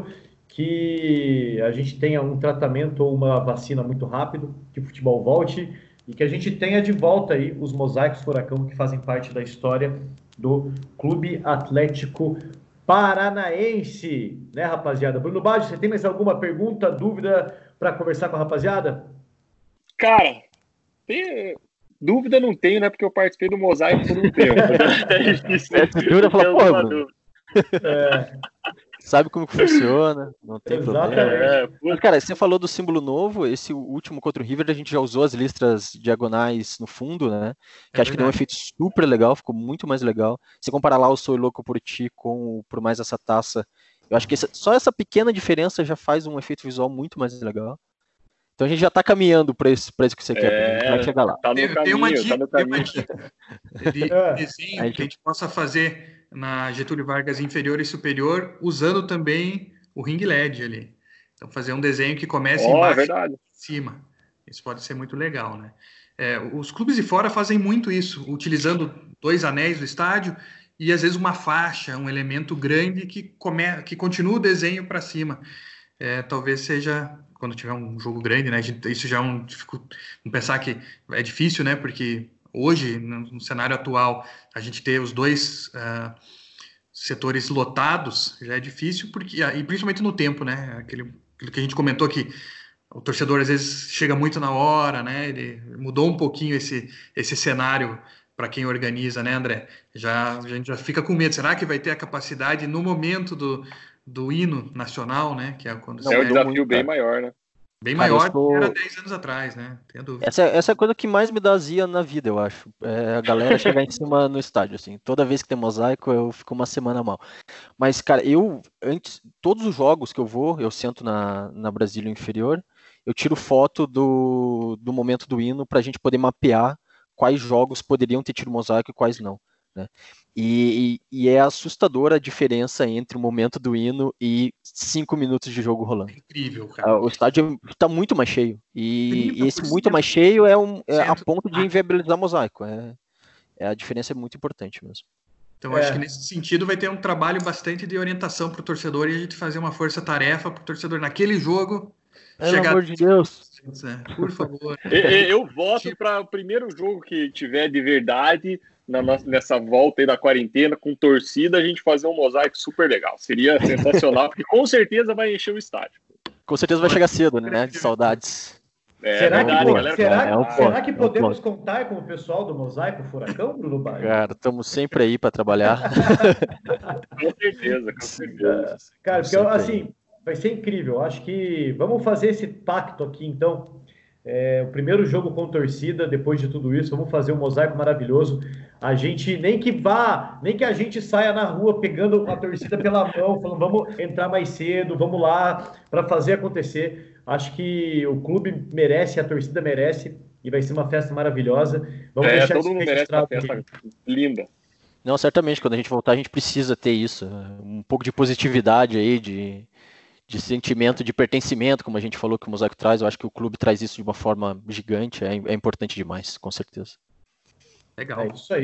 que a gente tenha um tratamento ou uma vacina muito rápido, que o futebol volte e que a gente tenha de volta aí os mosaicos Furacão que fazem parte da história do Clube Atlético Paranaense, né, rapaziada? Bruno Baggio, você tem mais alguma pergunta, dúvida para conversar com a rapaziada? Cara, dúvida não tenho, né? Porque eu participei do mosaico por um tempo. Sabe como que funciona, não tem problema. Mas, cara, você falou do símbolo novo, esse último contra o River, a gente já usou as listras diagonais no fundo, né? Que acho que deu um efeito super legal, ficou muito mais legal. Se comparar lá o Sou Louco por Ti com o Por Mais Essa Taça, eu acho que só essa pequena diferença já faz um efeito visual muito mais legal. Então a gente já tá caminhando para isso que você quer, vai chegar lá. Tá no caminho, tá no caminho. De desenho que a gente possa fazer na Getúlio Vargas inferior e superior, usando também o ring LED ali. Então fazer um desenho que comece embaixo e em cima. Isso pode ser muito legal, né? Os clubes de fora fazem muito isso, utilizando 2 anéis do estádio e às vezes uma faixa, um elemento grande que continua o desenho para cima. Talvez seja quando tiver um jogo grande, né? Isso já vamos pensar que é difícil, né? Porque hoje, no cenário atual, a gente ter os 2 setores lotados já é difícil, e principalmente no tempo, né? Aquilo que a gente comentou que o torcedor às vezes chega muito na hora, né? Ele mudou um pouquinho esse cenário para quem organiza, né, André? A gente já fica com medo. Será que vai ter a capacidade no momento do hino nacional, né? Que é quando é um desafio bem maior, né? Bem maior do que era 10 anos atrás, né? Tenho dúvida. Essa é a coisa que mais me dá azia na vida, eu acho. A galera chegar em cima no estádio, assim. Toda vez que tem mosaico, eu fico uma semana mal. Mas, cara, todos os jogos que eu sento na Brasília Inferior, eu tiro foto do momento do hino pra gente poder mapear quais jogos poderiam ter tido mosaico e quais não. Né? E é assustadora a diferença entre o momento do hino e 5 minutos de jogo rolando. É incrível, cara. O estádio está muito mais cheio. E esse muito mais cheio é a ponto de inviabilizar mosaico. A diferença é muito importante mesmo. Então, acho que nesse sentido vai ter um trabalho bastante de orientação para o torcedor e a gente fazer uma força-tarefa para o torcedor naquele jogo. Pelo amor de Deus. Por favor. Eu voto para o primeiro jogo que tiver de verdade nessa volta aí da quarentena, com torcida, a gente fazer um mosaico super legal. Seria sensacional, porque com certeza vai encher o estádio. Com certeza vai chegar cedo, né? De saudades. Será que podemos contar com o pessoal do Mosaico Furacão, Bruno Baggio? Cara, estamos sempre aí para trabalhar. Com certeza. Cara, porque assim, vai ser incrível. Acho que vamos fazer esse pacto aqui, então. O primeiro jogo com torcida, depois de tudo isso, vamos fazer um mosaico maravilhoso. A gente, nem que a gente saia na rua pegando a torcida pela mão, falando, vamos entrar mais cedo, vamos lá para fazer acontecer. Acho que o clube merece, a torcida merece, e vai ser uma festa maravilhosa. Vamos deixar todo mundo merece uma festa linda. Não, certamente, quando a gente voltar, a gente precisa ter isso. Um pouco de positividade aí, de sentimento de pertencimento, como a gente falou que o Mosaico traz. Eu acho que o clube traz isso de uma forma gigante, é importante demais, com certeza. Legal.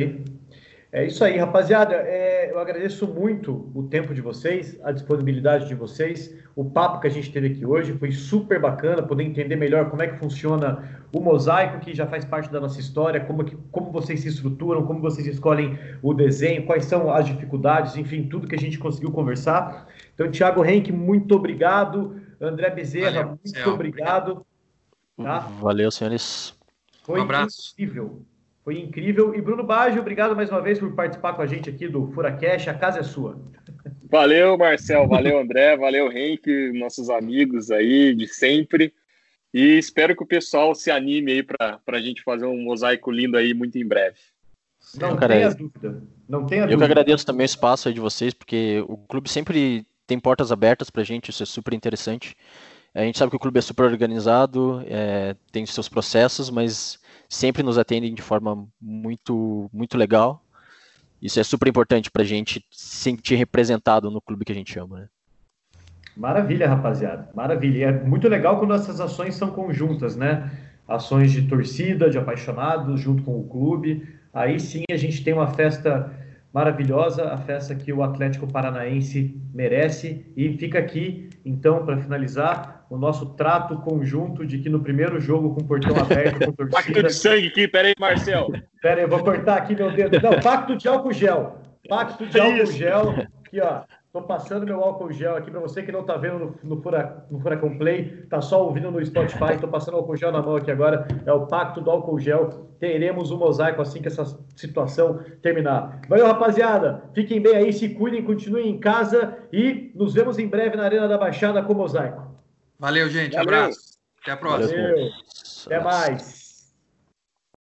É isso aí, rapaziada. Eu agradeço muito o tempo de vocês, a disponibilidade de vocês, o papo que a gente teve aqui hoje. Foi super bacana poder entender melhor como é que funciona o mosaico, que já faz parte da nossa história, como vocês se estruturam, como vocês escolhem o desenho, quais são as dificuldades, enfim, tudo que a gente conseguiu conversar. Então, Thiago Henke, muito obrigado. André Bezerra, muito obrigado. Tá? Valeu, senhores. Foi um abraço. Incrível. Foi incrível. E Bruno Baggio, obrigado mais uma vez por participar com a gente aqui do Furacash. A casa é sua. Valeu, Marcel. Valeu, André. Valeu, Henke, nossos amigos aí de sempre. E espero que o pessoal se anime aí para a gente fazer um mosaico lindo aí muito em breve. Não tenha dúvida. Não tenha dúvida. Eu que agradeço também o espaço aí de vocês, porque o clube sempre tem portas abertas para a gente, isso é super interessante. A gente sabe que o clube é super organizado, tem os seus processos, mas sempre nos atendem de forma muito, muito legal. Isso é super importante para a gente se sentir representado no clube que a gente ama, né? Maravilha, rapaziada. Maravilha. E é muito legal quando essas ações são conjuntas, né? Ações de torcida, de apaixonados, junto com o clube. Aí sim a gente tem uma festa maravilhosa, a festa que o Atlético Paranaense merece. E fica aqui, então, para finalizar, o nosso trato conjunto de que no primeiro jogo com o portão aberto, com torcida... Pacto de sangue aqui, peraí, Marcel. Peraí, eu vou cortar aqui meu dedo. Não, pacto de álcool gel. Pacto de álcool gel. Aqui, ó. Tô passando meu álcool gel aqui para você que não tá vendo no Furacão Play, tá só ouvindo no Spotify. Tô passando álcool gel na mão aqui agora. É o pacto do álcool gel. Teremos um mosaico assim que essa situação terminar. Valeu, rapaziada. Fiquem bem aí, se cuidem, continuem em casa e nos vemos em breve na Arena da Baixada com o mosaico. Valeu, gente. Abraço. Até a próxima. Valeu. Até mais.